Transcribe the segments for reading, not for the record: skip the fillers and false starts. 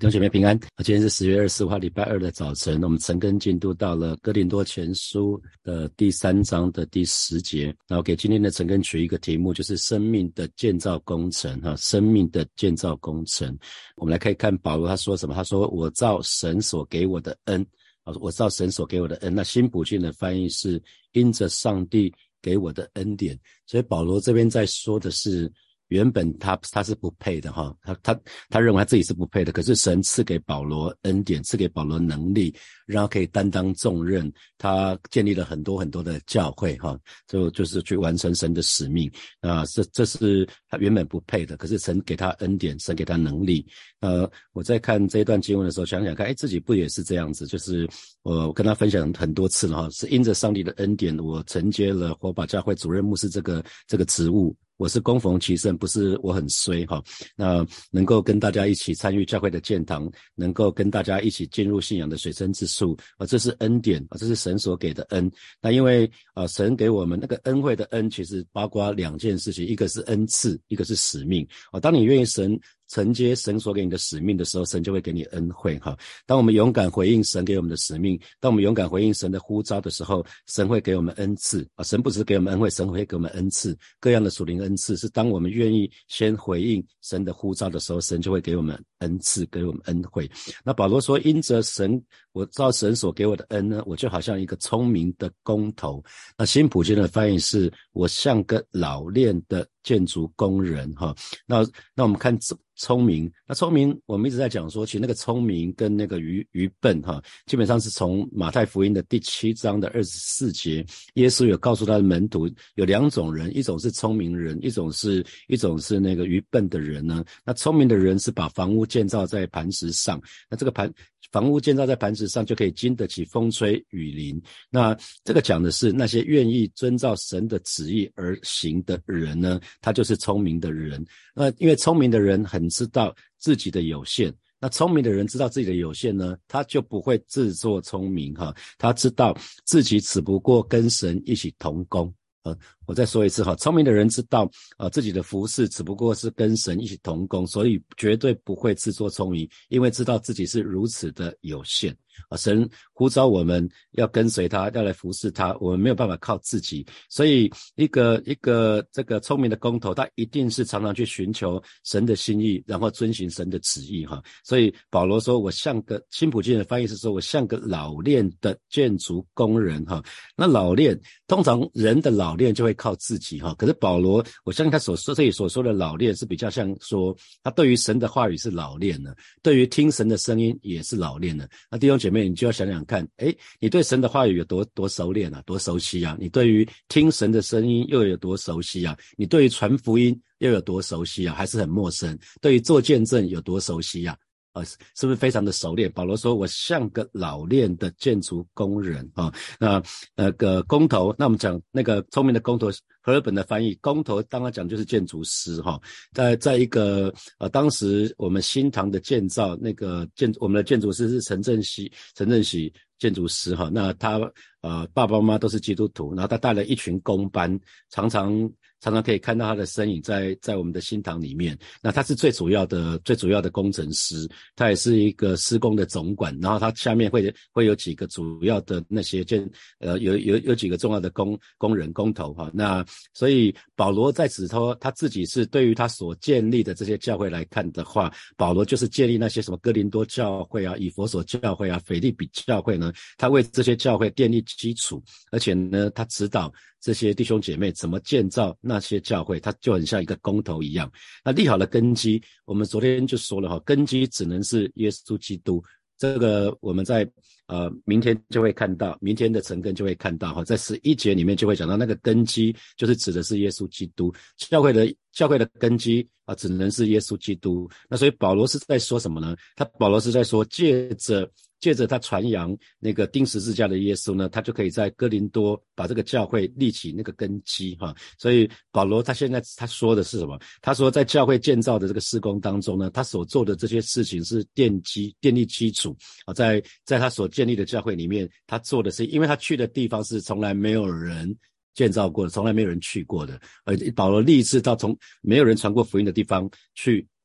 弟兄姐妹平安，今天是10月24号礼拜二的早晨，我们晨更进度到了哥林多前书的第3章的第10节，然后给今天的晨更取一个题目，就是生命的建造工程，生命的建造工程。我们来看一看保罗他说什么，他说我照神所给我的恩，我照神所给我的恩。那新普京的翻译是因着上帝给我的恩典，所以保罗这边在说的是原本他是不配的哈，他认为他自己是不配的，可是神赐给保罗恩典，赐给保罗能力，让他可以担当重任，他建立了很多很多的教会哈，就是去完成神的使命啊，这是他原本不配的，可是神给他恩典，神给他能力。我在看这一段经文的时候，想想看，自己不也是这样子？就是我跟他分享很多次了哈，是因着上帝的恩典，我承接了火把教会主任牧师这个职务。我是恭逢其盛，不是我很衰哈。那能够跟大家一起参与教会的建堂，能够跟大家一起进入信仰的水深之处，这是恩典，这是神所给的恩。那因为神给我们那个恩惠的恩，其实包括2件事情，一个是恩赐，一个是使命。当你愿意承接神所给你的使命的时候，神就会给你恩惠哈。当我们勇敢回应神给我们的使命，当我们勇敢回应神的呼召的时候，神会给我们恩赐神不只是给我们恩惠，神会给我们恩赐，各样的属灵恩赐，是当我们愿意先回应神的呼召的时候，神就会给我们恩赐，给我们恩惠。那保罗说因着神，我照神所给我的恩呢，我就好像一个聪明的工头。那新普京的翻译是我像个老练的建筑工人哈。那我们看聪明，那聪明我们一直在讲说，其实那个聪明跟那个愚笨哈，基本上是从马太福音的第7章的24节，耶稣有告诉他的门徒有2种人，一种是聪明人，一种是那个愚笨的人呢。那聪明的人是把房屋建造在磐石上，那这个房屋建造在磐石上就可以经得起风吹雨淋。那这个讲的是那些愿意遵照神的旨意而行的人呢，他就是聪明的人。那因为聪明的人很知道自己的有限，那聪明的人知道自己的有限呢，他就不会自作聪明哈，他知道自己只不过跟神一起同工。我再说一次哈，聪明的人知道自己的服事只不过是跟神一起同工，所以绝对不会自作聪明，因为知道自己是如此的有限。神呼召我们要跟随他，要来服侍他，我们没有办法靠自己，所以一个这个聪明的工头，他一定是常常去寻求神的心意，然后遵行神的旨意哈。所以保罗说我像个，新普京的翻译是说我像个老练的建筑工人哈。那老练，通常人的老练就会靠自己哈，可是保罗我相信他这里所说的老练是比较像说他对于神的话语是老练的，对于听神的声音也是老练的。那弟兄姐妹，你就要想想看，你对神的话语有多熟练啊，多熟悉啊，你对于听神的声音又有多熟悉啊，你对于传福音又有多熟悉啊，还是很陌生，对于做见证有多熟悉啊，是不是非常的熟练？保罗说我像个老练的建筑工人啊。那个工头，那我们讲那个聪明的工头，和尔本的翻译，工头当然讲就是建筑师哈。在一个当时我们新堂的建造，那个我们的建筑师是陈正喜建筑师哈。那他爸爸妈妈都是基督徒，然后他带了一群工班，常常可以看到他的身影在我们的新堂里面。那他是最主要的工程师，他也是一个施工的总管，然后他下面会有几个主要的那些有几个重要的工人工头哈。那所以保罗在指出他自己是对于他所建立的这些教会来看的话，保罗就是建立那些什么哥林多教会啊、以弗所教会啊、腓立比教会呢，他为这些教会奠定基础，而且呢他指导这些弟兄姐妹怎么建造那些教会，他就很像一个工头一样。那立好了根基，我们昨天就说了哈，根基只能是耶稣基督。这个我们在明天就会看到，明天的晨更就会看到哈，在11节里面就会讲到那个根基就是指的是耶稣基督，教会的根基只能是耶稣基督。那所以保罗是在说什么呢？保罗是在说借着他传扬那个钉十字架的耶稣呢，他就可以在哥林多把这个教会立起那个根基哈。所以保罗他现在他说的是什么？他说在教会建造的这个事工当中呢，他所做的这些事情是奠立基础啊，在他所建立的教会里面，他做的是，因为他去的地方是从来没有人建造过的，从来没有人去过的，保罗立志到从没有人传过福音的地方去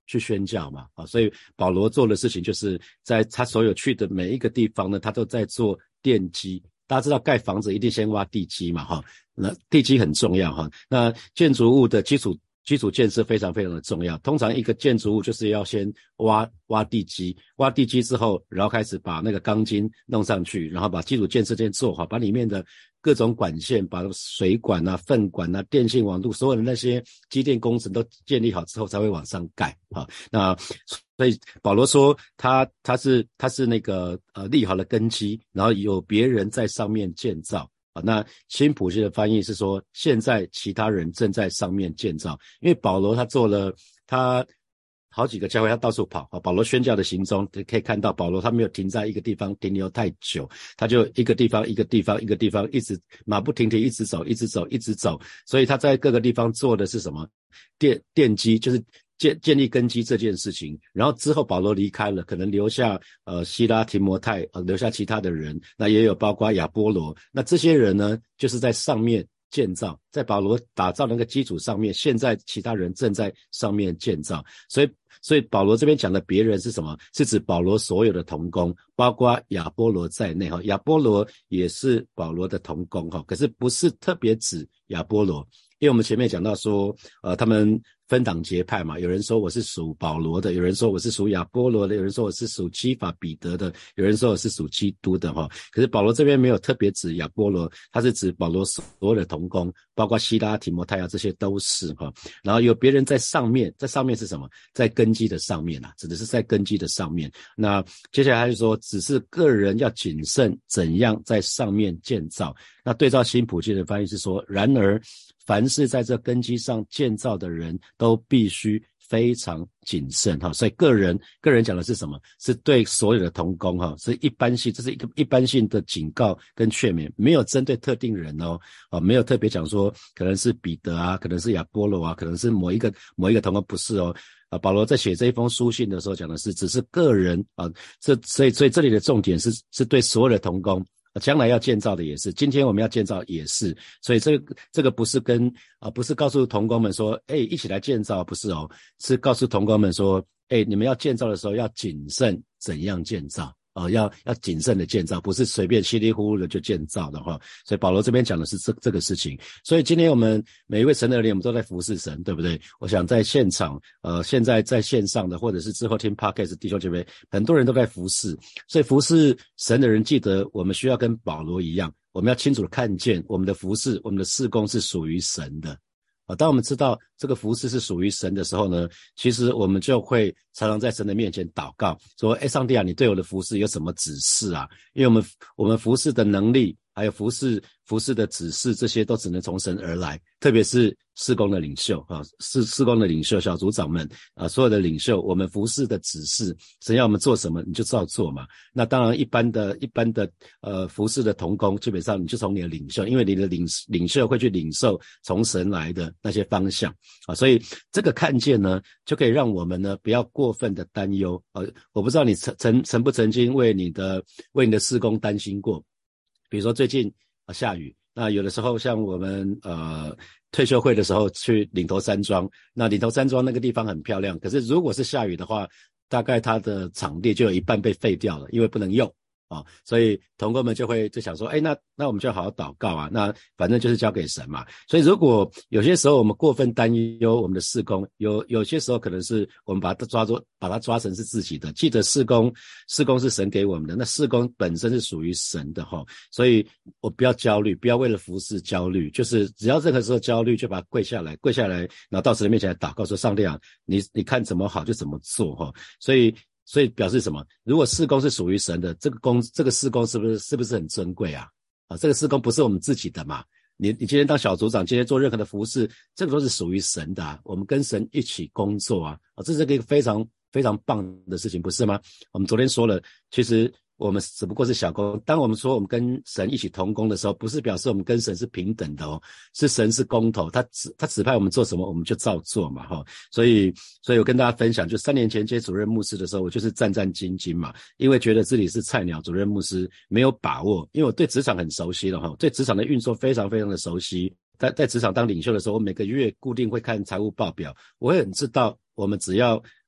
去宣教嘛，所以保罗做的事情就是在他所有去的每一个地方呢，他都在做奠基。大家知道盖房子一定先挖地基嘛，那地基很重要哈。那建筑物的基础建设非常非常的重要。通常一个建筑物就是要先挖地基，挖地基之后，然后开始把那个钢筋弄上去，然后把基础建设先做好，把里面的各种管线，把水管啊、粪管啊、电信网路，所有的那些机电工程都建立好之后，才会往上盖啊。那所以保罗说他是那个立好了根基，然后有别人在上面建造。那新普世的翻译是说，现在其他人正在上面建造，因为保罗他做了他好几个教会，他到处跑。保罗宣教的行踪可以看到，保罗他没有停在一个地方停留太久，他就一个地方一个地方一个地方一直马不停蹄一直走一直走一直走，所以他在各个地方做的是什么？奠基，就是建立根基这件事情。然后之后保罗离开了，可能留下希拉、提摩太，留下其他的人，那也有包括亚波罗。那这些人呢，就是在上面建造，在保罗打造那个基础上面，现在其他人正在上面建造。所以保罗这边讲的别人是什么？是指保罗所有的同工，包括亚波罗在内。亚波罗也是保罗的同工，可是不是特别指亚波罗。因为我们前面讲到说他们分党结派嘛，有人说我是属保罗的，有人说我是属亚波罗的，有人说我是属基法彼得的，有人说我是属基督的可是保罗这边没有特别指亚波罗，他是指保罗所有的同工，包括希拉、提摩太啊，这些都是然后有别人在上面，在上面是什么？在根基的上面指的是在根基的上面。那接下来他就说，只是个人要谨慎怎样在上面建造。那对照新普世的翻译是说，然而凡是在这根基上建造的人都必须非常谨慎所以个人讲的是什么？是对所有的同工是一般性，这是一个一般性的警告跟劝勉，没有针对特定人没有特别讲说可能是彼得啊，可能是亚波罗啊，可能是某一个同工，不是保罗在写这一封书信的时候讲的是只是个人所以这里的重点是对所有的同工，将来要建造的也是，今天我们要建造也是，所以这个不是不是告诉同工们说一起来建造，不是是告诉同工们说你们要建造的时候要谨慎怎样建造要谨慎的建造，不是随便稀里糊涂的就建造的所以保罗这边讲的是这个事情。所以今天我们每一位神的人，我们都在服侍神，对不对？我想在现场现在在线上的，或者是之后听 Podcast 弟兄姐妹，很多人都在服侍。所以服侍神的人，记得我们需要跟保罗一样，我们要清楚的看见我们的服侍，我们的事工是属于神的当我们知道这个服事是属于神的时候呢，其实我们就会常常在神的面前祷告，说上帝啊，你对我的服事有什么指示啊？因为我们服事的能力还有服事的指示，这些都只能从神而来，特别是事工的领袖事工的领袖小组长们所有的领袖，我们服事的指示，神要我们做什么你就照做嘛。那当然一般的服事的同工，基本上你就从你的领袖，因为你的领袖会去领受从神来的那些方向所以这个看见呢，就可以让我们呢不要过分的担忧我不知道你曾不曾经为你的事工担心过。比如说最近下雨，那有的时候像我们退休会的时候去岭头山庄，那岭头山庄那个地方很漂亮，可是如果是下雨的话，大概它的场地就有一半被废掉了，因为不能用所以同工们就想说那我们就好好祷告啊，那反正就是交给神嘛。所以如果有些时候我们过分担忧我们的事工，有些时候可能是我们把它抓成是自己的。记得事工是神给我们的，那事工本身是属于神的所以我不要焦虑，不要为了服事焦虑，就是只要任何时候焦虑就把它跪下来，然后到神的面前来祷告说，上帝啊，你看怎么好就怎么做所以表示什么？如果事工是属于神的，这个事工是不是很尊贵这个事工不是我们自己的嘛？你今天当小组长，今天做任何的服事，这个都是属于神的我们跟神一起工作这是一个非常非常棒的事情，不是吗？我们昨天说了，其实我们只不过是小工。当我们说我们跟神一起同工的时候，不是表示我们跟神是平等的是神是工头，他指派我们做什么我们就照做嘛所以我跟大家分享，就3年前接主任牧师的时候，我就是战战兢兢嘛，因为觉得自己是菜鸟主任牧师，没有把握，因为我对职场很熟悉了对职场的运作非常非常的熟悉。在职场当领袖的时候，我每个月固定会看财务报表，我会很知道我们只要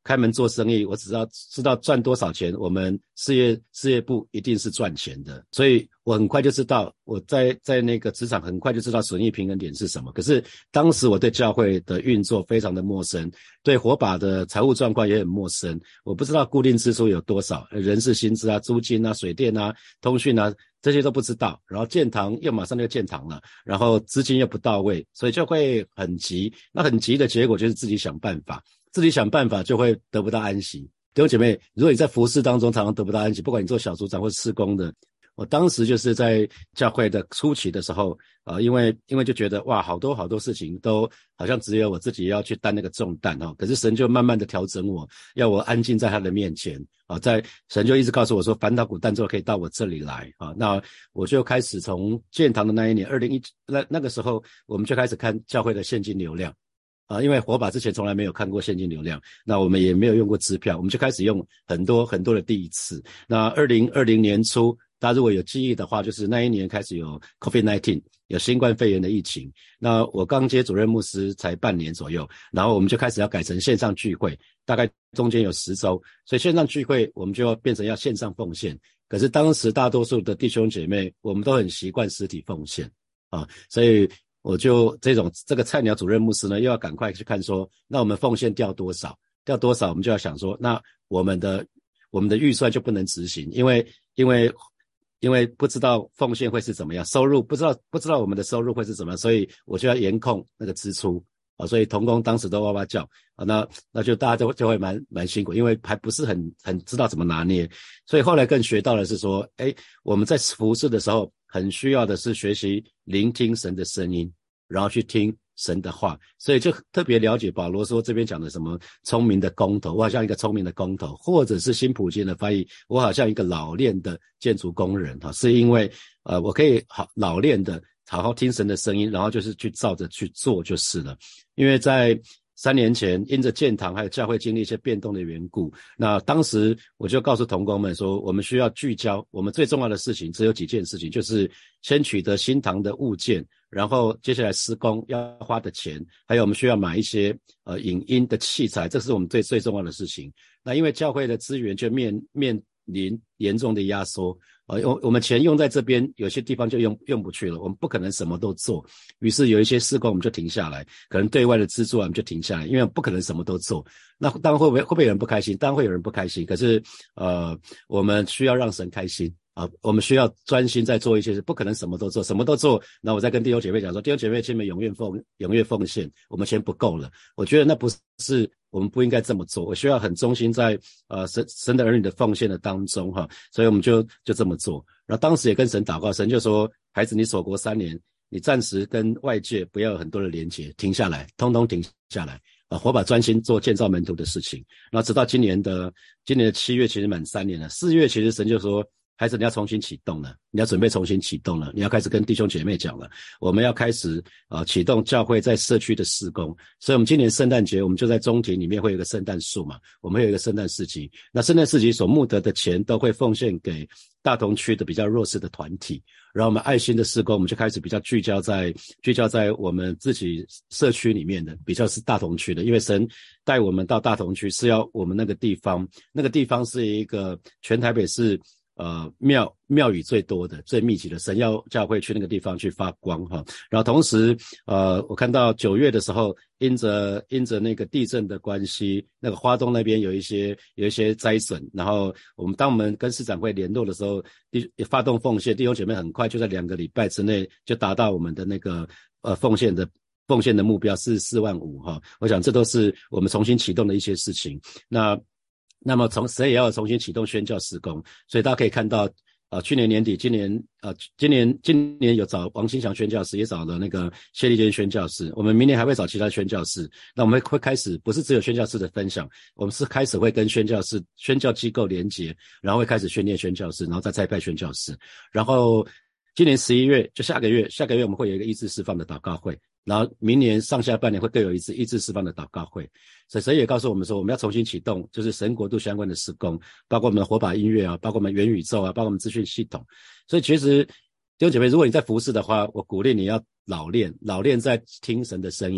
开门做生意，我只要知道赚多少钱，我们事业部一定是赚钱的，所以我很快就知道，我在那个职场很快就知道损益平衡点是什么。可是当时我对教会的运作非常的陌生，对火把的财务状况也很陌生，我不知道固定支出有多少，人事薪资啊、租金啊、水电啊、通讯啊，这些都不知道，然后建堂又马上就建堂了，然后资金又不到位，所以就会很急。那很急的结果就是自己想办法，自己想办法就会得不到安息。弟兄姐妹，如果你在服事当中常常得不到安息，不管你做小组长或是事工的，我当时就是在教会的初期的时候，因为就觉得哇，好多事情都好像只有我自己要去担那个重担可是神就慢慢的调整我，要我安静在他的面前神就一直告诉我说，烦恼苦担重可以到我这里来那我就开始从建堂的那一年2017那个时候，我们就开始看教会的现金流量。因为火把之前从来没有看过现金流量，那我们也没有用过支票，我们就开始用很多的第一次。那2020年初，大家如果有记忆的话，就是那一年开始有 COVID-19， 有新冠肺炎的疫情。那我刚接主任牧师才半年左右，然后我们就开始要改成线上聚会，大概中间有10周，所以线上聚会我们就要变成要线上奉献。可是当时大多数的弟兄姐妹，我们都很习惯实体奉献所以我就这个菜鸟主任牧师呢，又要赶快去看说，那我们奉献掉多少，我们就要想说，那我们的预算就不能执行，因为不知道奉献会是怎么样，收入不知道我们的收入会是怎么样，所以我就要严控那个支出所以同工当时都哇哇叫那就大家就会蛮辛苦，因为还不是很知道怎么拿捏，所以后来更学到的是说，我们在服事的时候很需要的是学习聆听神的声音，然后去听神的话，所以就特别了解保罗说这边讲的什么聪明的工头，我好像一个聪明的工头，或者是新普京的翻译，我好像一个老练的建筑工人是因为我可以老练的好好听神的声音，然后就是去照着去做就是了。因为在3年前因着建堂还有教会经历一些变动的缘故，那当时我就告诉同工们说，我们需要聚焦，我们最重要的事情只有几件事情，就是先取得新堂的物件，然后接下来施工要花的钱，还有我们需要买一些影音的器材，这是我们最重要的事情。那因为教会的资源就面临严重的压缩我们钱用在这边，有些地方就用不去了，我们不可能什么都做，于是有一些事工我们就停下来，可能对外的资助我们就停下来，因为不可能什么都做。那当然会不会有人不开心？当然会有人不开心，可是我们需要让神开心我们需要专心在做一些事，不可能什么都做，然后我再跟弟兄姐妹讲说，弟兄姐妹，请你们踊跃奉献，我们钱不够了。我觉得那不是我们不应该这么做，我需要很忠心在神的儿女的奉献的当中所以我们就这么做。然后当时也跟神祷告，神就说，孩子，你守国3年，你暂时跟外界不要有很多的连结，停下来，通通停下来火把专心做建造门徒的事情。然后直到今年的7月，其实满3年了，4月其实神就说，孩子，你要重新启动了，你要准备重新启动了，你要开始跟弟兄姐妹讲了，我们要开始启动教会在社区的事工。所以我们今年圣诞节，我们就在中庭里面会有一个圣诞树嘛，我们会有一个圣诞市集，那圣诞市集所募得的钱都会奉献给大同区的比较弱势的团体，然后我们爱心的事工，我们就开始比较聚焦在我们自己社区里面的，比较是大同区的，因为神带我们到大同区是要我们那个地方是一个全台北市庙宇最多的最密集的，神要教会去那个地方去发光然后同时我看到9月的时候，因着那个地震的关系，那个花东那边有一些灾损，然后当我们跟市长会联络的时候，发动奉献，弟兄姐妹很快就在2个礼拜之内就达到我们的那个奉献的目标是4万5我想这都是我们重新启动的一些事情。那么神也要重新启动宣教事工，所以大家可以看到去年年底今年有找王新祥宣教士，也找了那个谢立坚宣教士，我们明年还会找其他宣教士。那我们会开始不是只有宣教士的分享，我们是开始会跟宣教机构连结，然后会开始训练宣教士，然后再差派宣教士。然后今年11月就下个月我们会有一个医治释放的祷告会，然后明年上下半年会各有一次医治释放的祷告会。所以神也告诉我们说，我们要重新启动就是神国度相关的事工，包括我们的火把音乐包括我们元宇宙包括我们资讯系统。所以其实弟兄姐妹，如果你在服事的话，我鼓励你要老练在听神的声音，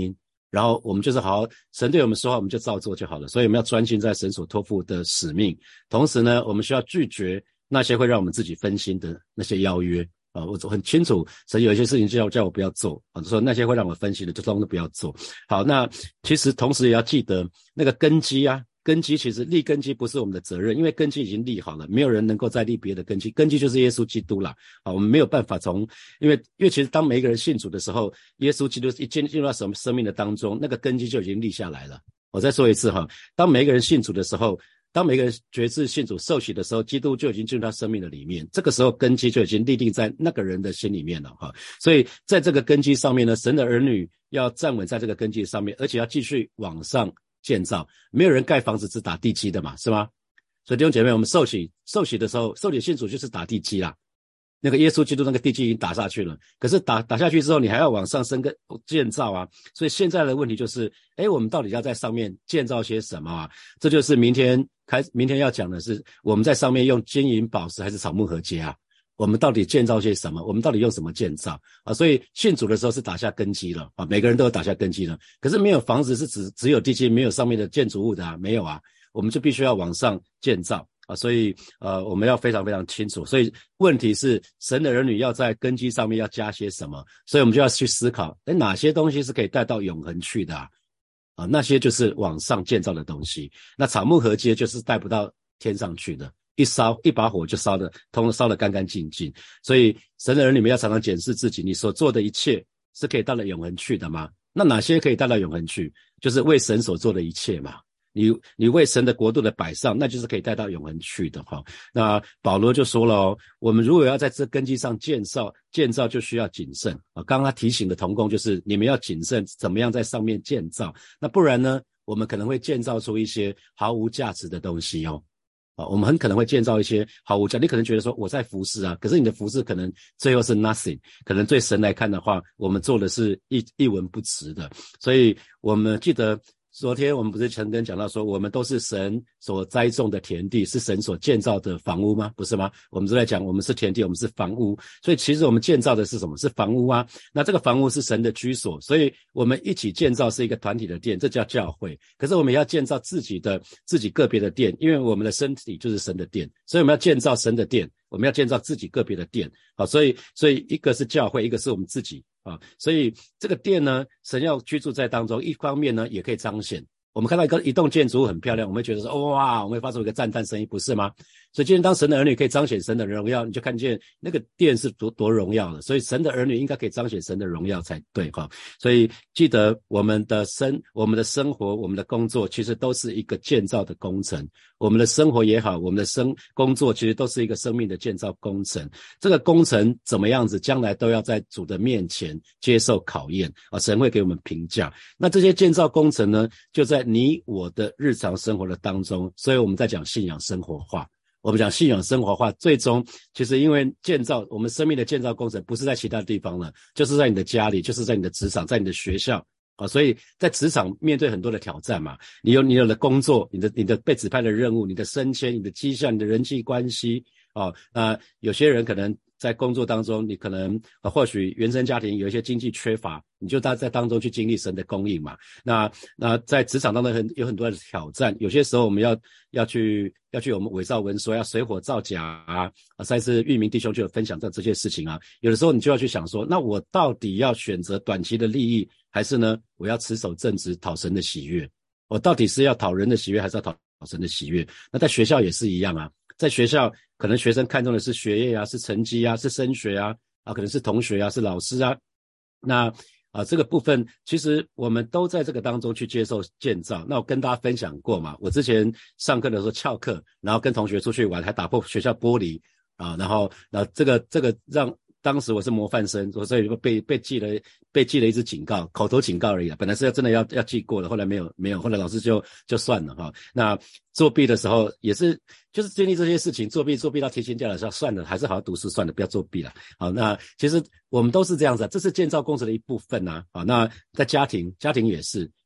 然后我们就是好好，神对我们说话，我们就照做就好了。所以我们要专心在神所托付的使命，同时呢，我们需要拒绝那些会让我们自己分心的那些邀约啊。我很清楚，神有一些事情叫我不要做啊，说那些会让我分心的，就通通都不要做。好，那其实同时也要记得那个根基啊。根基其实立根基不是我们的责任，因为根基已经立好了，没有人能够再立别的根基。根基就是耶稣基督啦。啊，我们没有办法因为其实当每一个人信主的时候，耶稣基督一进入到什么生命的当中，那个根基就已经立下来了。我再说一次哈，当每一个人信主的时候，当每个人决志信主受洗的时候，基督就已经进入到生命的里面，这个时候根基就已经立定在那个人的心里面了哈。所以在这个根基上面呢，神的儿女要站稳在这个根基上面，而且要继续往上建造。没有人盖房子只打地基的嘛，是吗？所以弟兄姐妹，我们受洗的时候，受洗信主就是打地基啦。那个耶稣基督那个地基已经打下去了，可是打下去之后，你还要往上升跟建造啊。所以现在的问题就是，我们到底要在上面建造些什么啊？这就是明天要讲的是，我们在上面用金银宝石还是草木禾秸啊？我们到底建造些什么？我们到底用什么建造啊？所以信主的时候是打下根基了啊，每个人都有打下根基了。可是没有房子是只有地基，没有上面的建筑物的啊，没有啊，我们就必须要往上建造啊。所以我们要非常非常清楚。所以问题是神的儿女要在根基上面要加些什么？所以我们就要去思考，哪些东西是可以带到永恒去的啊？那些就是往上建造的东西。那草木禾秸就是带不到天上去的。一把火就烧得干干净净。所以神的儿女们要常常检视自己，你所做的一切是可以到了永恒去的吗？那哪些可以带到永恒去？就是为神所做的一切嘛。你为神的国度的摆上，那就是可以带到永恒去的哈。那保罗就说了我们如果要在这根基上建造就需要谨慎啊。刚刚他提醒的同工就是你们要谨慎，怎么样在上面建造？那不然呢，我们可能会建造出一些毫无价值的东西我们很可能会建造一些毫无价值。你可能觉得说我在服侍啊，可是你的服侍可能最后是 nothing， 可能对神来看的话，我们做的是一文不值的。所以我们记得昨天我们不是陈根讲到说，我们都是神所栽种的田地，是神所建造的房屋吗？不是吗？我们都在讲我们是田地，我们是房屋。所以其实我们建造的是什么？是房屋啊。那这个房屋是神的居所，所以我们一起建造是一个团体的殿，这叫教会。可是我们要建造自己个别的殿，因为我们的身体就是神的殿，所以我们要建造神的殿，我们要建造自己个别的殿。好，所以一个是教会，一个是我们自己所以这个殿呢，神要居住在当中，一方面呢也可以彰显。我们看到一栋建筑物很漂亮，我们会觉得说哇，我们会发出一个赞叹声音，不是吗？所以今天当神的儿女可以彰显神的荣耀，你就看见那个殿是多荣耀的。所以神的儿女应该可以彰显神的荣耀才对所以记得我们的生活，我们的工作其实都是一个建造的工程。我们的生活也好，我们的工作其实都是一个生命的建造工程。这个工程怎么样子，将来都要在主的面前接受考验神会给我们评价。那这些建造工程呢，就在你我的日常生活的当中。所以我们在讲信仰生活化，我们讲信仰生活化，最终其实因为我们生命的建造工程不是在其他地方了，就是在你的家里，就是在你的职场，在你的学校所以在职场面对很多的挑战嘛，你有了工作，你的被指派的任务，你的升迁，你的绩效，你的人际关系那有些人可能在工作当中，你可能或许原生家庭有一些经济缺乏，你就在当中去经历神的供应嘛。那在职场当中有很多的挑战，有些时候我们要去我们伪造文书，要水火造假上一次玉明弟兄就有分享这些事情有的时候你就要去想说，那我到底要选择短期的利益，还是呢我要持守正直，讨神的喜悦？我到底是要讨人的喜悦，还是要讨神的喜悦？那在学校也是一样在学校可能学生看重的是学业是成绩是升学可能是同学是老师那这个部分其实我们都在这个当中去接受建造。那我跟大家分享过嘛，我之前上课的时候翘课，然后跟同学出去玩，还打破学校玻璃然后这个让当时我是模范生，所以被记了一支警告，口头警告而已本来是真的要记过的，后来没有，后来老师就算了那作弊的时候也是，就是经历这些事情，作弊到提心吊胆，说算了，还是好好读书算了，不要作弊了。好，那其实我们都是这样子这是建造工程的一部分那在家庭也是，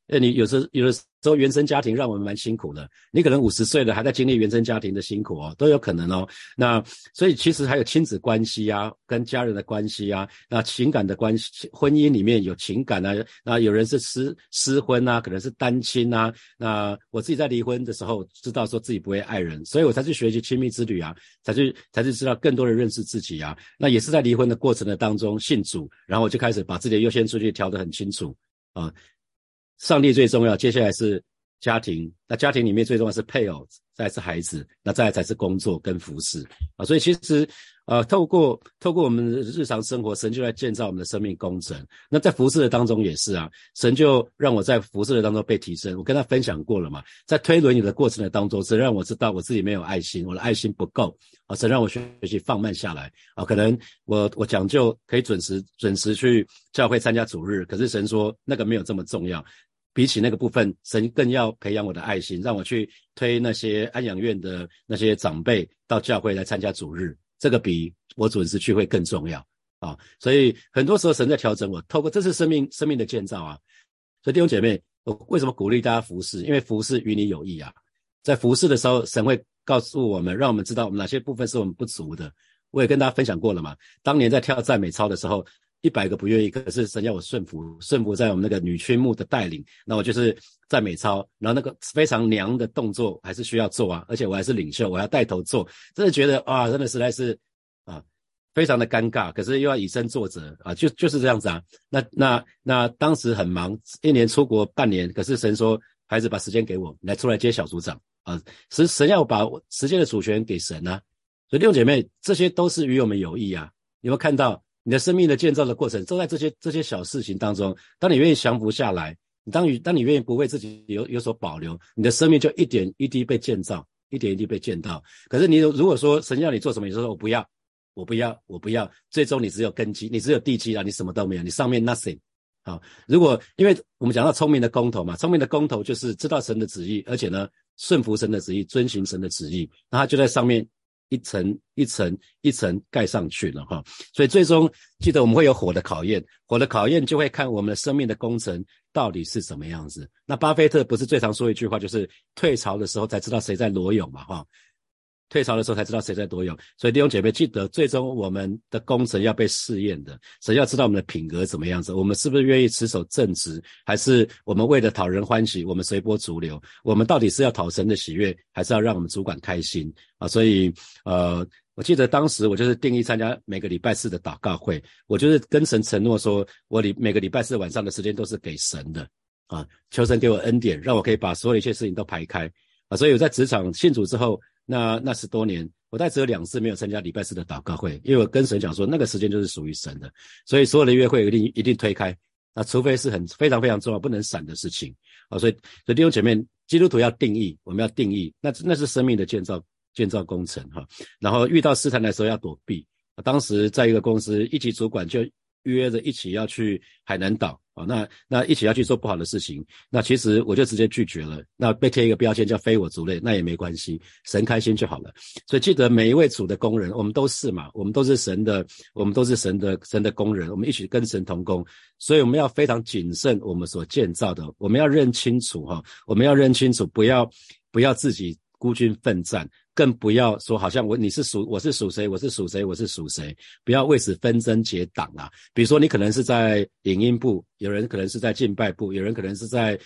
你有的时候原生家庭让我们蛮辛苦的，你可能50岁了还在经历原生家庭的辛苦哦，都有可能哦。那所以其实还有亲子关系啊，跟家人的关系啊，那情感的关系，婚姻里面有情感啊，那有人是失婚啊，可能是单亲啊。那我自己在离婚的时候知道说自己不会爱人，所以我才去学习亲密之旅啊，才去知道更多的认识自己啊。那也是在离婚的过程的当中信主，然后我就开始把自己的优先顺序调得很清楚啊。上帝最重要，接下来是家庭，那家庭里面最重要是配偶，再来是孩子，那再来才是工作跟服侍啊。所以其实透过我们的日常生活，神就在建造我们的生命工程。那在服侍的当中也是啊，神就让我在服侍的当中被提升。我跟他分享过了嘛，在推轮椅的过程的当中，神让我知道我自己没有爱心，我的爱心不够啊，神让我学习放慢下来啊。可能我讲究可以准时去教会参加主日，可是神说那个没有这么重要。比起那个部分，神更要培养我的爱心，让我去推那些安养院的那些长辈到教会来参加主日，这个比我准时去会更重要啊！所以很多时候神在调整我，透过这是生命的建造啊。所以弟兄姐妹，我为什么鼓励大家服侍？因为服侍与你有益啊。在服侍的时候，神会告诉我们，让我们知道我们哪些部分是我们不足的。我也跟大家分享过了嘛，当年在跳赞美操的时候，100个不愿意，可是神要我顺服在我们那个女群牧的带领，那我就是赞美操，然后那个非常娘的动作还是需要做啊，而且我还是领袖，我要带头做，真的觉得啊，真的实在是啊，非常的尴尬，可是又要以身作则啊，就是这样子啊。那当时很忙，一年出国半年，可是神说，孩子把时间给我，来出来接小组长啊，神要把时间的主权给神啊。所以弟兄姐妹，这些都是与我们有益啊。有没有看到你的生命的建造的过程，都在这些小事情当中。当你愿意降服下来，当你愿意不为自己有所保留，你的生命就一点一滴被建造，一点一滴被建造。可是你如果说神要你做什么，你就说我不要，最终你只有根基，你只有地基啦，你什么都没有，你上面 nothing。好，因为我们讲到聪明的工头嘛，聪明的工头就是知道神的旨意，而且呢顺服神的旨意，遵行神的旨意，那他就在上面一层一层一层盖上去了哈。所以最终记得我们会有火的考验，火的考验就会看我们的生命的工程到底是什么样子。那巴菲特不是最常说一句话，就是退潮的时候才知道谁在裸泳嘛哈。退潮的时候才知道谁在裸泳，所以弟兄姐妹记得，最终我们的工程要被试验的，神要知道我们的品格怎么样子，我们是不是愿意持守正直，还是我们为了讨人欢喜，我们随波逐流，我们到底是要讨神的喜悦，还是要让我们主管开心啊？所以我记得当时我就是定义参加每个礼拜四的祷告会，我就是跟神承诺说，我每个礼拜四晚上的时间都是给神的啊，求神给我恩典，让我可以把所有一切事情都排开啊。所以我在职场信主之后，那10多年，我大概只有2次没有参加礼拜四的祷告会，因为我跟神讲说，那个时间就是属于神的，所以所有的约会一定推开，那除非是非常非常重要不能闪的事情啊。所以弟兄姐妹，基督徒要定义，我们要定义，那是生命的建造工程哈。然后遇到试探的时候要躲避。当时在一个公司，一级主管就约着一起要去海南岛啊，那一起要去做不好的事情，那其实我就直接拒绝了，那被贴一个标签叫非我族类，那也没关系，神开心就好了。所以记得每一位主的工人，我们都是嘛，我们都是神的工人，我们一起跟神同工，所以我们要非常谨慎我们所建造的，我们要认清楚哈，我们要认清楚，不要自己孤军奋战，更不要说好像我是属谁，不要为此纷争结党啊。比如说你可能是在影音部，有人可能是在敬拜部，有人可能是在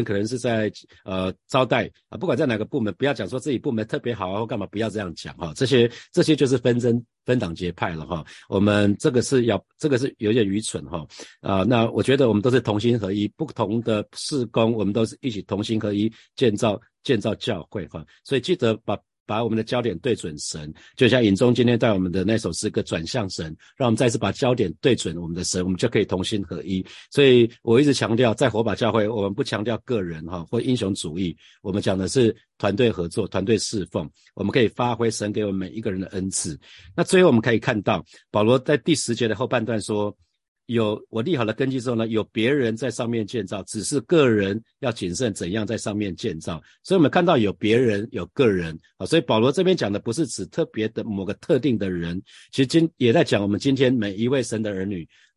招待啊，不管在哪个部门，不要讲说自己部门特别好啊或干嘛，不要这样讲哈。这些就是纷争分党结派了哈。我们这个是有点愚蠢哈那我觉得我们都是同心合一，不同的事工我们都是一起同心合一建造教会哈。所以记得把我们的焦点对准神，就像尹宗今天带我们的那首诗歌转向神，让我们再次把焦点对准我们的神，我们就可以同心合一。所以我一直强调，在火把教会我们不强调个人或英雄主义，我们讲的是团队合作，团队侍奉，我们可以发挥神给我们每一个人的恩赐。那最后我们可以看到保罗在第10节的后半段说，我立好了根基之后呢，有别人在上面建造，只是个人要谨慎怎样在上面建造。所以我们看到有别人有个人所以保罗这边讲的不是指特别的某个特定的人，其实也在讲我们今天每一位神的儿女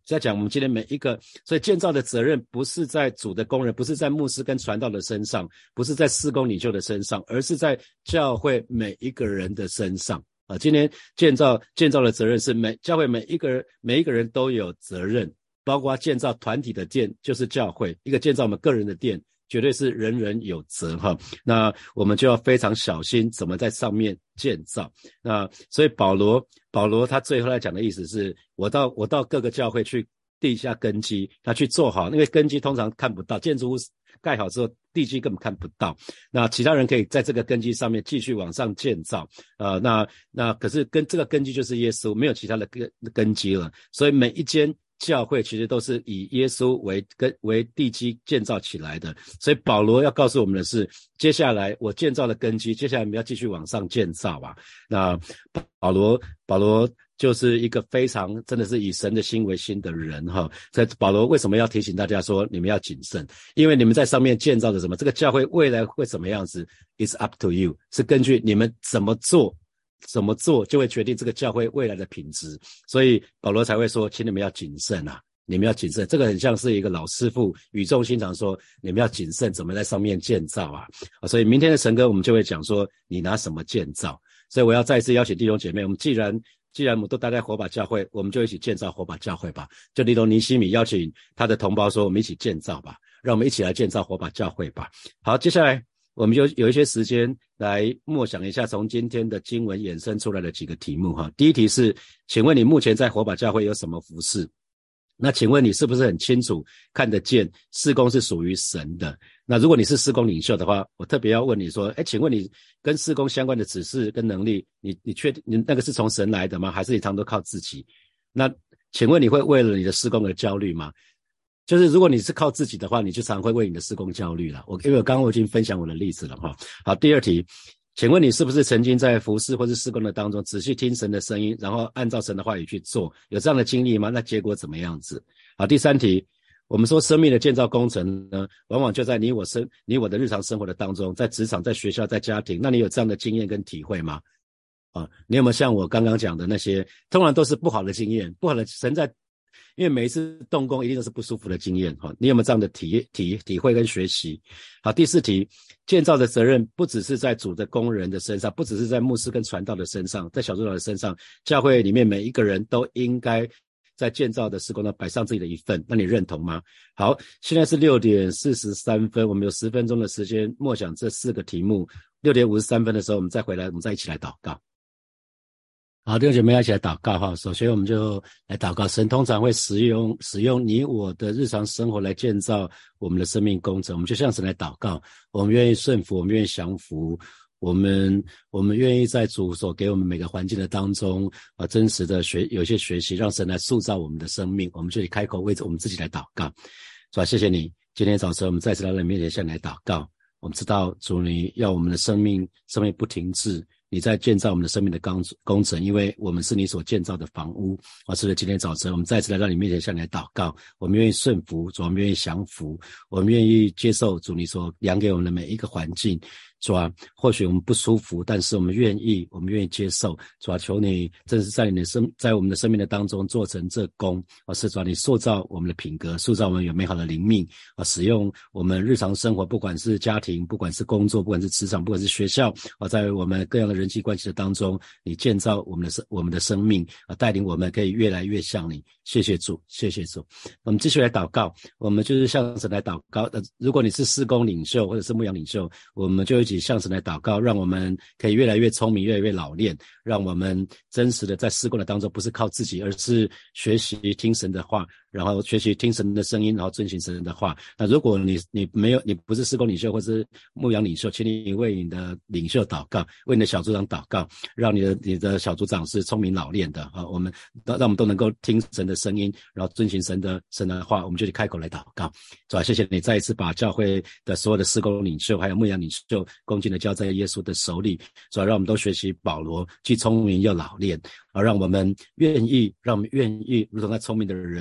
在讲我们今天每一个，所以建造的责任不是在主的工人，不是在牧师跟传道的身上，不是在事工领袖的身上，而是在教会每一个人的身上。今天建造的责任是教会每一个人都有责任，包括建造团体的殿就是教会，一个建造我们个人的殿绝对是人人有责哈。那我们就要非常小心怎么在上面建造。那所以保罗他最后来讲的意思是，我到各个教会去地下根基，他去做好，因为根基通常看不到，建筑物盖好之后地基根本看不到，那其他人可以在这个根基上面继续往上建造。那可是这个根基就是耶稣，没有其他的根基了，所以每一间教会其实都是以耶稣为地基建造起来的。所以保罗要告诉我们的是，接下来我建造的根基，接下来我们要继续往上建造啊。那保罗就是一个非常真的是以神的心为心的人哈。所以保罗为什么要提醒大家说你们要谨慎？因为你们在上面建造的什么，这个教会未来会什么样子 is up to you， 是根据你们怎么做就会决定这个教会未来的品质。所以保罗才会说请你们要谨慎啊，你们要谨慎。这个很像是一个老师傅语重心长说你们要谨慎怎么在上面建造啊。所以明天的晨歌我们就会讲说你拿什么建造。所以我要再一次邀请弟兄姐妹，我们既然我们都待在火把教会，我们就一起建造火把教会吧。就例如尼西米邀请他的同胞说我们一起建造吧，让我们一起来建造火把教会吧。好，接下来我们就有一些时间来默想一下从今天的经文衍生出来的几个题目哈。第一题是，请问你目前在火把教会有什么服事？那请问你是不是很清楚看得见事工是属于神的？那如果你是事工领袖的话，我特别要问你说，请问你跟事工相关的指示跟能力，你确定你那个是从神来的吗？还是你常都靠自己？那请问你会为了你的事工而焦虑吗？就是如果你是靠自己的话，你就常会为你的事工焦虑了。因为我刚刚我已经分享我的例子了哈。好，第二题，请问你是不是曾经在服事或是事工的当中仔细听神的声音，然后按照神的话语去做，有这样的经历吗？那结果怎么样子？好，第三题，我们说生命的建造工程呢，往往就在你我的日常生活的当中，在职场、在学校、在家庭，那你有这样的经验跟体会吗？你有没有像我刚刚讲的那些，通常都是不好的经验，不好的神在，因为每一次动工一定都是不舒服的经验，你有没有这样的体会跟学习？好，第四题，建造的责任不只是在主的工人的身上，不只是在牧师跟传道的身上，在小组长的身上，教会里面每一个人都应该在建造的事工中摆上自己的一份，那你认同吗？好，现在是6点43分，我们有10分钟的时间默想这4个题目。6点53分的时候我们再回来，我们再一起来祷告。好，弟兄姐妹一起来祷告哈。首先我们就来祷告，神通常会使用你我的日常生活来建造我们的生命工程，我们就向神来祷告，我们愿意顺服，我们愿意降服，我们愿意在主所给我们每个环境的当中真实的有一些学习，让神来塑造我们的生命。我们就得开口为我们自己来祷告。主啊，谢谢你，今天早晨我们再次来到你面前向你来祷告。我们知道主你要我们的生命不停滞，你在建造我们的生命的工程，因为我们是你所建造的房屋。是的，今天早晨我们再次来到你面前向你来祷告，我们愿意顺服，主，我们愿意降服，我们愿意接受主你所量给我们的每一个环境。主啊，或许我们不舒服，但是我们愿意接受。主啊，求你正是在我们的生命的当中做成这工。是主啊，你塑造我们的品格，塑造我们有美好的灵命，使用我们日常生活，不管是家庭，不管是工作，不管是职场，不管是学校，在我们各样的人际关系的当中，你建造我们的生命，带领我们可以越来越像你。谢谢主，谢谢主。我们继续来祷告，我们就是向神来祷告。如果你是事工领袖或者是牧养领袖，我们就一起向神来祷告，让我们可以越来越聪明，越来越老练，让我们真实的在事工的当中不是靠自己，而是学习听神的话，然后学习听神的声音，然后遵行神的话。那如果你不是事工领袖或是牧养领袖，请你为你的领袖祷告，为你的小组长祷告，让你的小组长是聪明老练的。让我们都能够听神的声音，然后遵行神的话，我们就去开口来祷告。主啊，谢谢你再一次把教会的所有的事工领袖还有牧养领袖恭敬的交在耶稣的手里。主啊，让我们都学习保罗，既聪明又老练，让我们愿意如同那聪明的人，把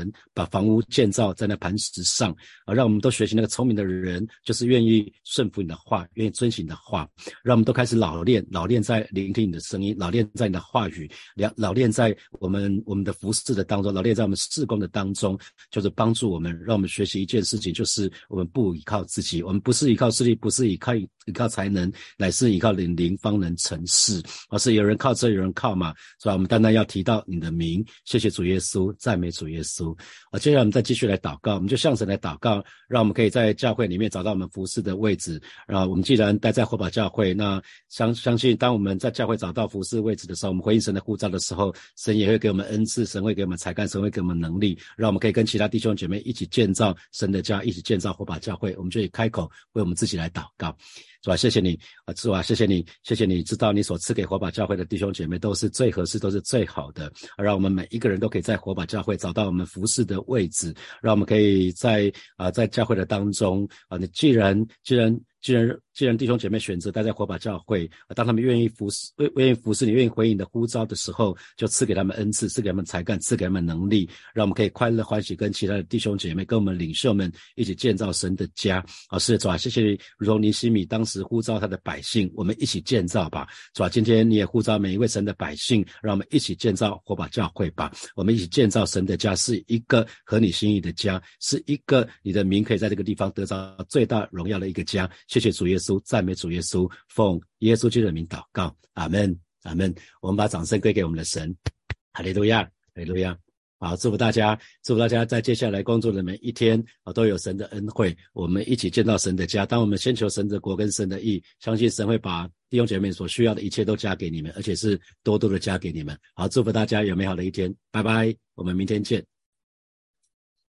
把房屋建造在那磐石上让我们都学习那个聪明的人，就是愿意顺服你的话，愿意遵行你的话，让我们都开始老练在聆听你的声音，老练在你的话语，老练在我们的服事的当中，老练在我们事工的当中，就是帮助我们，让我们学习一件事情，就是我们不依靠自己，我们不是依靠势力，不是依靠才能，乃是依靠灵方能成事，而是有人靠车有人靠马，所以我们单单要提到你的名，谢谢主耶稣，赞美主耶稣。接下来我们再继续来祷告，我们就向神来祷告，让我们可以在教会里面找到我们服事的位置。我们既然待在火把教会，那相信当我们在教会找到服事位置的时候，我们回应神的呼召的时候，神也会给我们恩赐，神会给我们才干，神会给我们能力，让我们可以跟其他弟兄姐妹一起建造神的家，一起建造火把教会。我们就以开口为我们自己来祷告。主啊，谢谢你主啊，谢谢你知道你所赐给火把教会的弟兄姐妹都是最合适，都是最好的，让我们每一个人都可以在火把教会找到我们服事的位置，让我们可以在教会的当中你既然弟兄姐妹选择待在火把教会，当他们愿意服事你，愿意回应你的呼召的时候，就赐给他们恩赐，赐给他们才干，赐给他们能力，让我们可以快乐欢喜跟其他的弟兄姐妹跟我们领袖们一起建造神的家。是主啊，谢谢你，如同尼希米当时呼召他的百姓，我们一起建造吧。主啊，今天你也呼召每一位神的百姓，让我们一起建造火把教会吧。我们一起建造神的家，是一个合你心意的家，是一个你的名可以在这个地方得到最大荣耀的一个家。谢谢主耶稣，赞美主耶稣，奉耶稣基督的名祷告，阿们阿们。我们把掌声归给我们的神，哈利路亚哈利路亚。好，祝福大家在接下来工作的每一天都有神的恩惠，我们一起建造神的家。当我们先求神的国跟神的义，相信神会把弟兄姐妹所需要的一切都加给你们，而且是多多的加给你们。好，祝福大家有美好的一天，拜拜，我们明天见。